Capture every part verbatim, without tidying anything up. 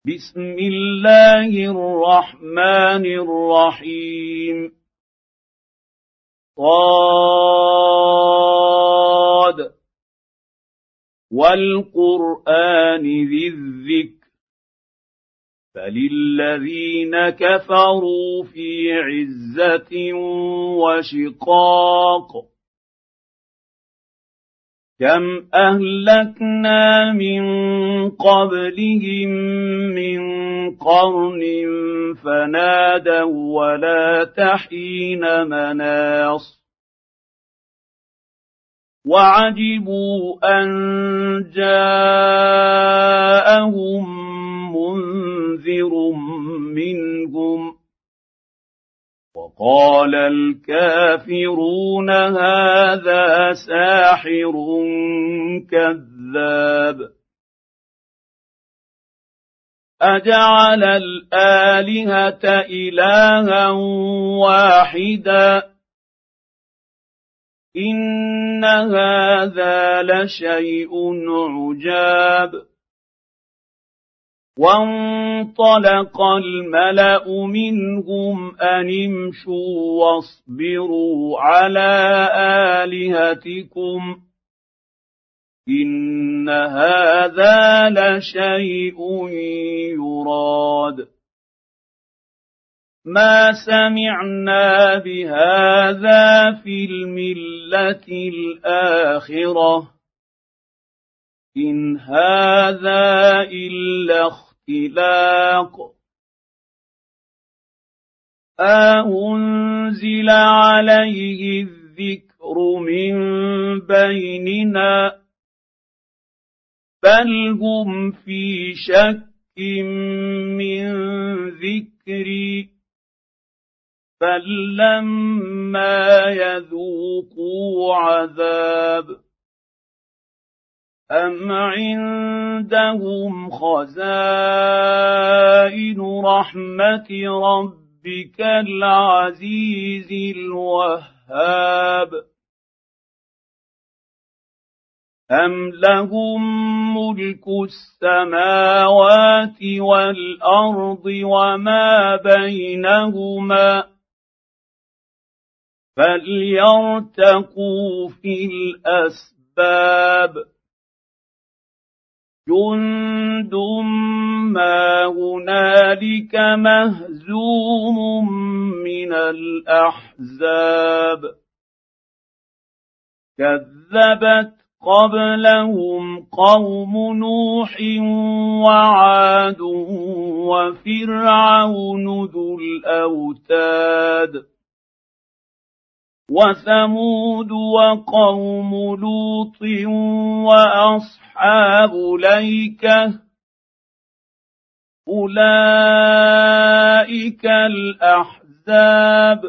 بسم الله الرحمن الرحيم صاد والقرآن ذي الذكر فللذين كفروا في عزة وشقاق كم أهلكنا من قبلهم من قرن فنادوا ولا تحين مناص وعجبوا أن جاءهم منذر منهم وقال الكافرون هذا ساحر كذاب أجعل الآلهة إلها واحدا إن هذا لشيء عجاب وانطلق الملأ منهم أن امشوا واصبروا على آلهتكم إن هذا لشيء يراد ما سمعنا بهذا في الملة الآخرة إن هذا إلا اختلاق أأنزل عليه الذكر من بيننا بل هم في شك من ذكري بل لما يذوقوا عذاب أم عندهم خزائن رحمة ربك العزيز الوهاب أم لهم ملك السماوات والأرض وما بينهما فليرتقوا في الأسباب جند ما هنالك مهزوم من الأحزاب كذبت قبلهم قوم نوح وعاد وفرعون ذو الأوتاد وثمود وقوم لوط وأصحاب الأيكة أولئك الأحزاب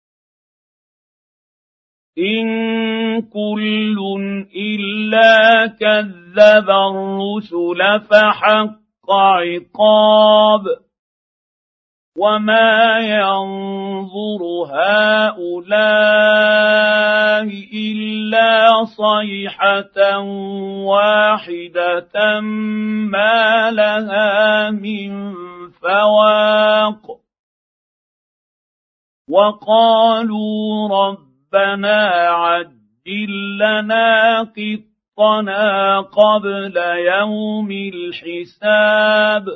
إن كل إلا كذب الرسل فحق عقاب وما ينظر هؤلاء إلا صيحة واحدة ما لها من فواق وقالوا ربنا عجل لنا قطنا قبل يوم الحساب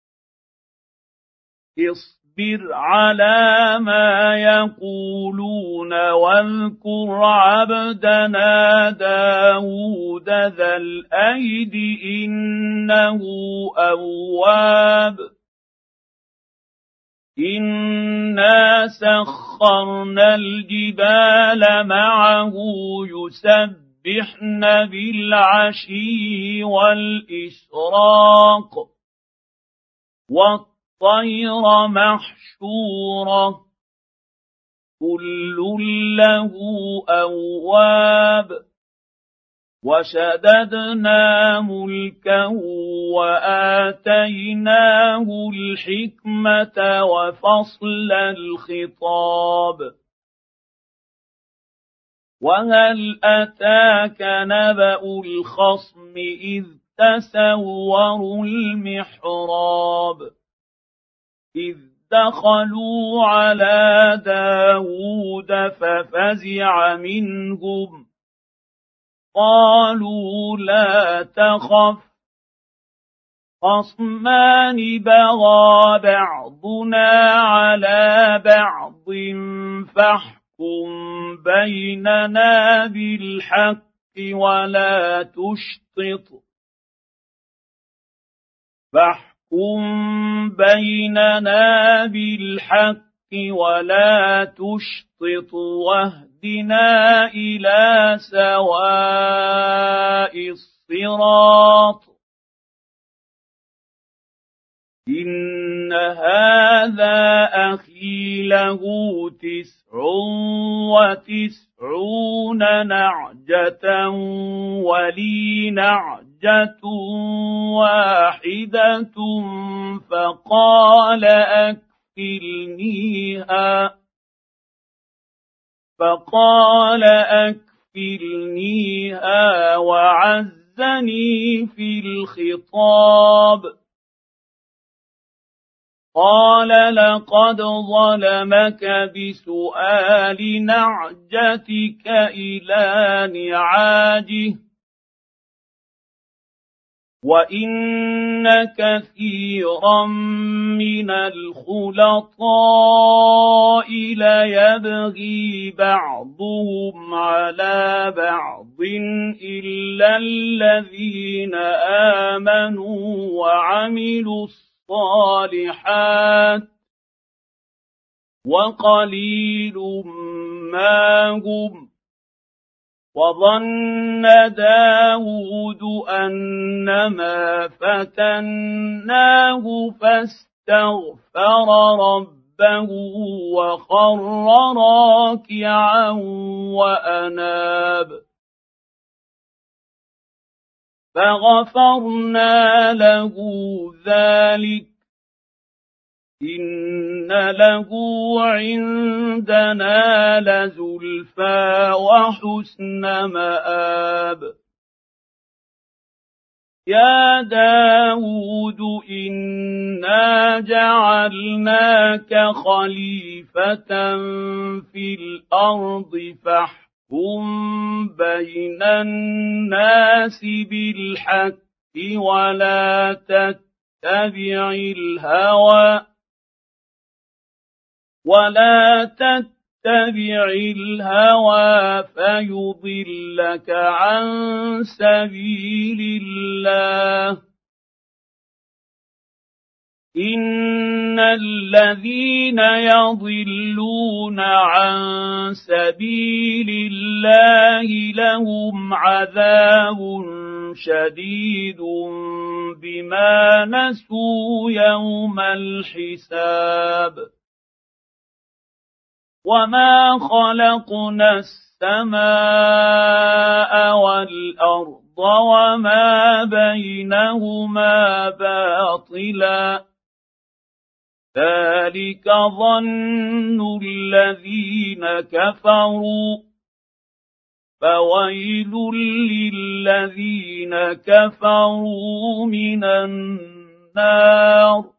اصبر على ما يقولون واذكر عبدنا داود ذا الأيد إنه أواب إنا سخرنا الجبال معه يسبحن بالعشي والإشراق والطير محشورة كل له أواب وشددنا ملكه وآتيناه الحكمة وفصل الخطاب وهل أتاك نبأ الخصم إذ تسوروا المحراب إذ دخلوا على داود ففزع منهم قالوا لا تخف خصمان بغى بعضنا على بعض فاحكم بيننا بالحق ولا تشطط فاحكم بيننا بالحق ولا تشطط واهدنا إلى سواء الصراط إن هذا أخي له تسع وتسعون نعجة ولي نعجة واحدة فقال أكفلنيها فقال أكفلنيها وعزني في الخطاب قال لقد ظلمك بسؤال نعجتك إلى نعاجه وإن كثيرا من الخلطاء ليبغي بعضهم على بعض إلا الذين آمنوا وعملوا الصالحات وقليل ما هم وظن داود أنما فتناه فاستغفر ربه وخر راكعا وأناب فغفرنا له ذلك إن له عندنا لزلفى وحسن مآب يا داود إنا جعلناك خليفة في الأرض فاحكم بين الناس بالحق ولا تتبع الهوى ولا تتبع الهوى فيضلك عن سبيل الله إن الذين يضلون عن سبيل الله لهم عذاب شديد بما نسوا يوم الحساب وما خلقنا السماء والأرض وما بينهما باطلا ذلك ظن الذين كفروا فويل للذين كفروا من النار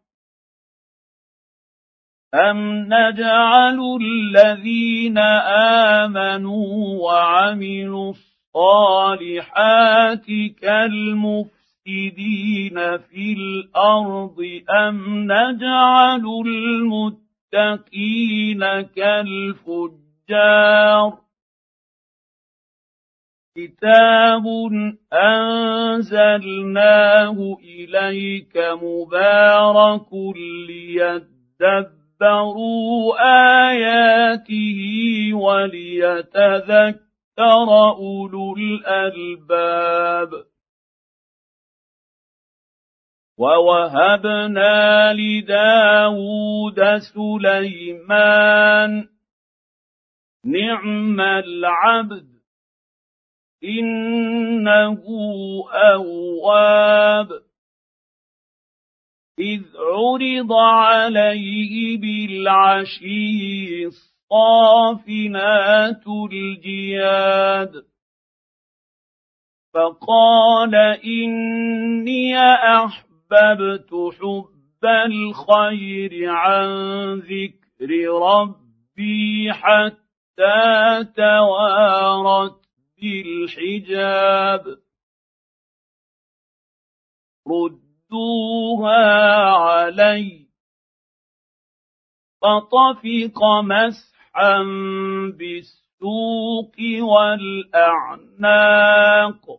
أم نجعل الذين آمنوا وعملوا الصالحات كالمفسدين في الأرض أم نجعل المتقين كالفجار كتاب أنزلناه إليك مبارك ليدبروا دبروا آياته وليتذكر أولو الألباب ووهبنا لداود سليمان نعم العبد إنه أواب إذ عرض عليه بالعشي الصافنات الجياد فقال إني أحببت حب الخير عن ذكر ربي حتى توارت بالحجاب ردوها علي فطفق مسحا بالسوق والأعناق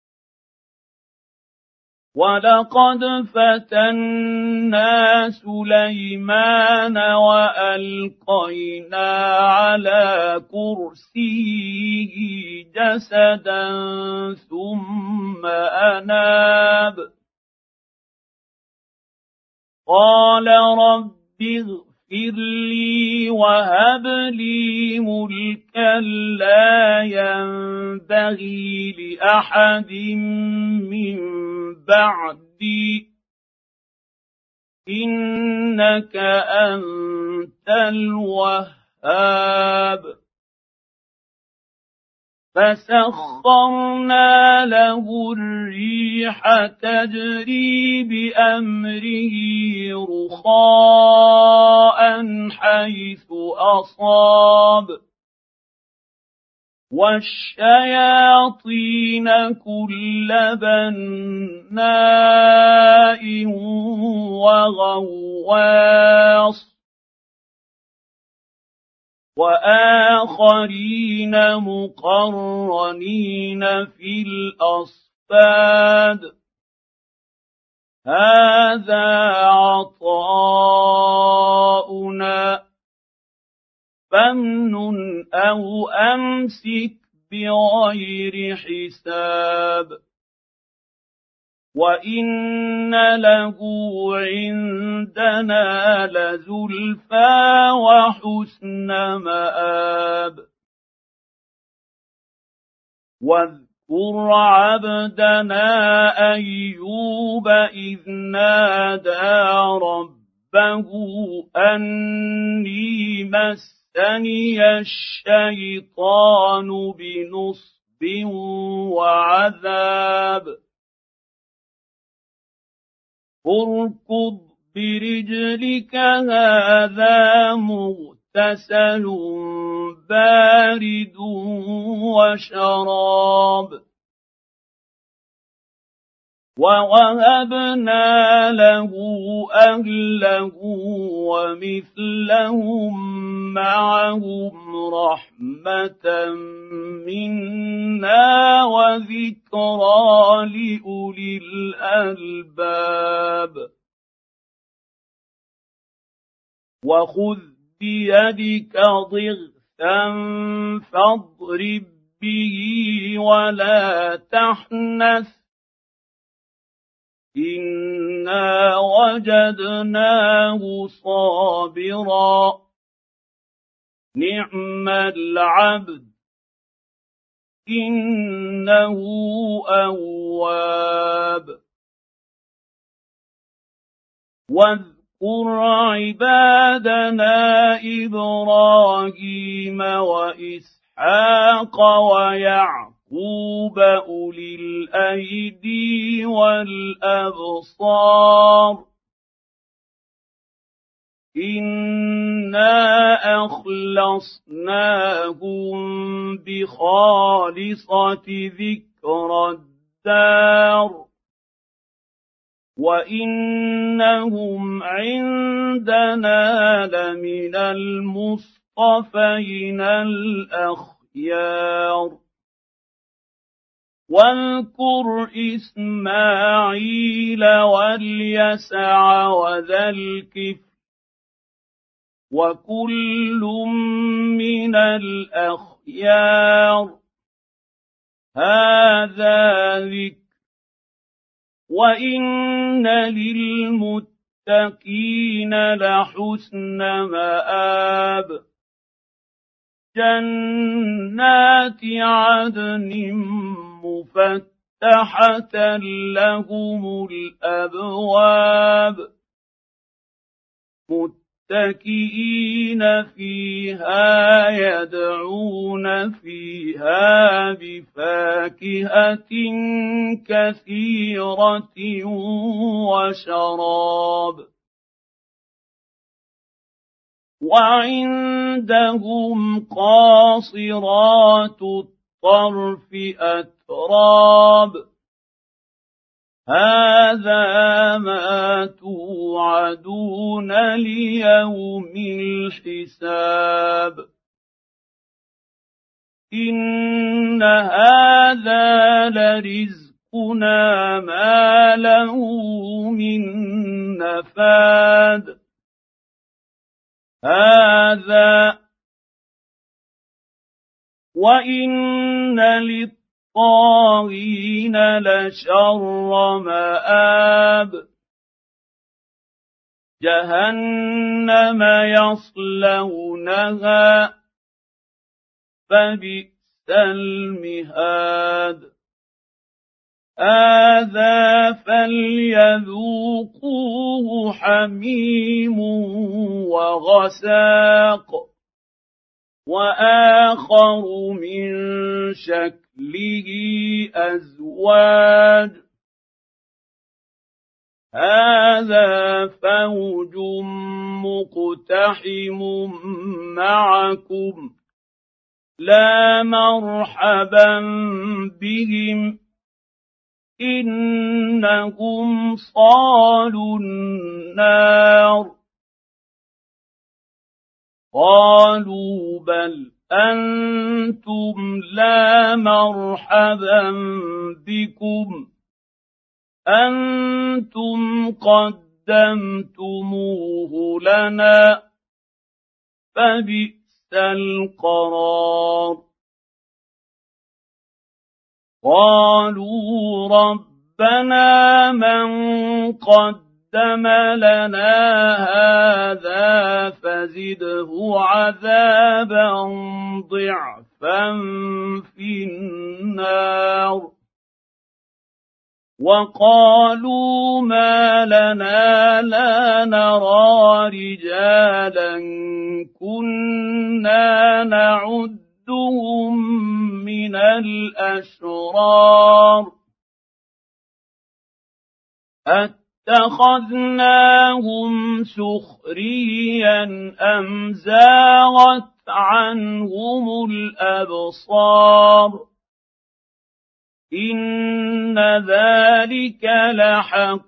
ولقد فتنا سليمان وألقينا على كرسيه جسدا ثم أناب قال رب اغفر لي وهب لي ملكا لا ينبغي لأحد من بعدي إنك أنت الوهاب فسخرنا له الريح تجري بأمره رخاء حيث أصاب والشياطين كل بناء وغواص وآخرين مقرنين في الأصفاد هذا عطاؤنا فامنن أو أمسك بغير حساب وإن له عندنا لزلفى وحسن مآب واذكر عبدنا أيوب إذ نادى ربه أني مسني الشيطان بنصب وعذاب اركض برجلك هذا مغتسل بارد وشراب ووهبنا له أهله ومثلهم معهم رحمة منا وذكرى لأولي الألباب وخذ بيدك ضغثا فاضرب به ولا تحنث إنا وجدناه صابرا نعم العبد إنه أواب واذكر عبادنا إبراهيم وإسحاق ويعقوب أولي الأيدي والأبصار إنا أخلصناهم بخالصة ذكر الدار وإنهم عندنا لمن المصطفين الأخيار واذكر إسماعيل واليسع وذا الكفل وكل من الأخيار هذا ذكر وإن للمتقين لحسن مآب جنات عدن مفتحة لهم الأبواب متكئين فيها يدعون فيها بفاكهة كثيرة وشراب وعندهم قاصرات الطرف أتراب هذا ما توعدون ليوم الحساب إن هذا لرزقنا ما له من نفاد هذا وإن للطاغين لشر مآب جهنم يصلونها فبئس المهاد هذا فليذوقوه حميم وغساق وآخر من شكله أزواج هذا فوج مقتحم معكم لا مرحبا بهم إنهم صالوا النار قالوا بل أنتم لا مرحبا بكم أنتم قدمتموه لنا فبئس القرار قالوا ربنا من قدم لنا هذا فزده عذابا ضعفا في النار وقالوا ما لنا لا نرى رجالا كنا نعدهم من الأشرار أتخذناهم سخريا أم زاغت عنهم الأبصار إن ذلك لحق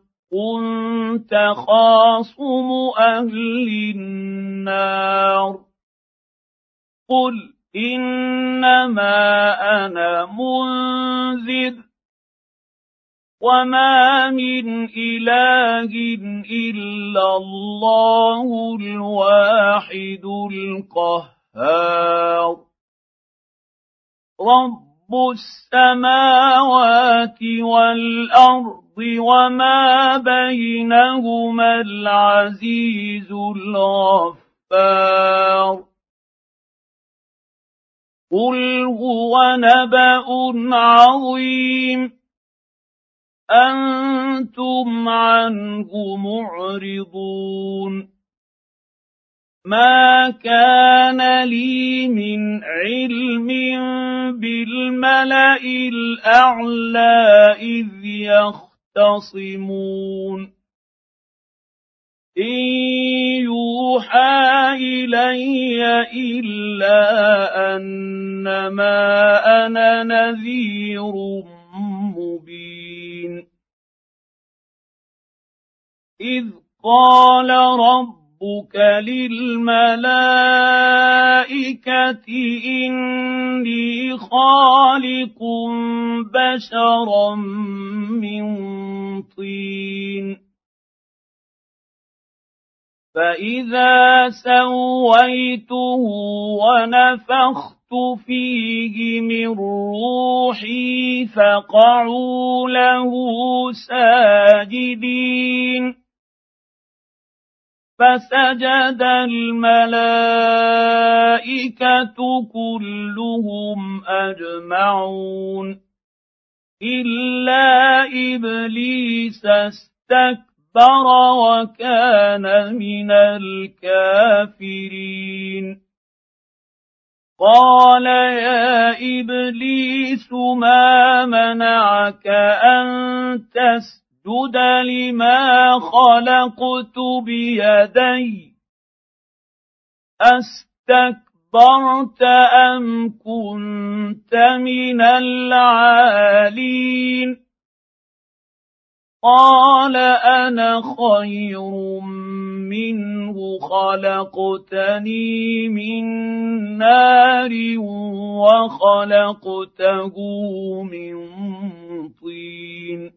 تخاصم أهل النار قل إنما أنا منذر وما من إله إلا الله الواحد القهار رب السماوات والأرض وما بينهما العزيز الغفار قل هو نبأ عظيم أنتم عنه معرضون ما كان لي من علم بالملأ الأعلى إذ يختصمون إن يوحى إلي إلا أنما أنا نذير مبين إذ قال ربك للملائكة إني خالق بشرا من طين فإذا سويته ونفخت فيه من روحي فقعوا له ساجدين فسجد الملائكة كلهم أجمعون إلا إبليس استكبر وكان من الكافرين قال يا إبليس ما منعك أن تسجد لما خلقت بيدي أستكبرت أم كنت من العالين قال أنا خير منه خلقتني من نار وخلقته من طين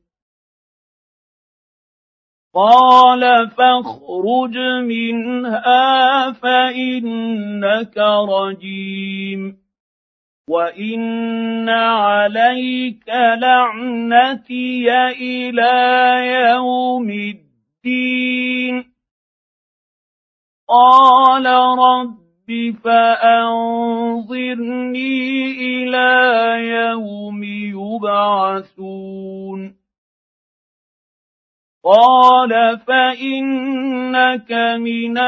قال فاخرج منها فإنك رجيم وإن عليك لعنتي إلى يوم الدين قال رب فأنظرني إلى يوم يبعثون قال فإنك من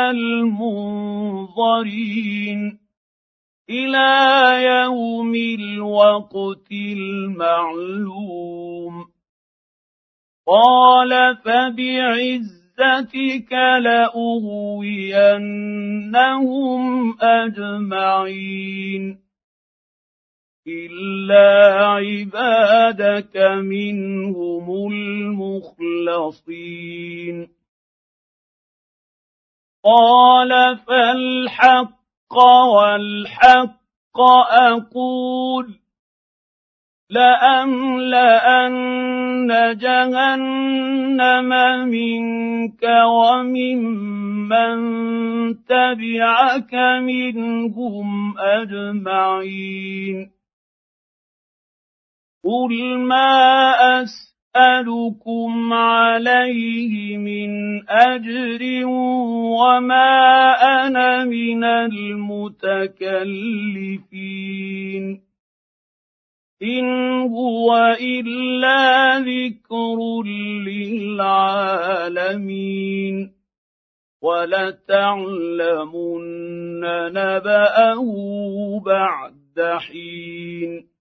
المنظرين إلى يوم الوقت المعلوم قال فبعزتك لأغوينهم أجمعين إلا عبادك منهم المخلصين قال فالحق والحق أقول لأملأن جهنم منك وممن تبعك منهم أجمعين قل ما أسألكم عليه من أجر وما أنا من المتكلفين إن هو إلا ذكر للعالمين ولتعلمن نبأه بعد حين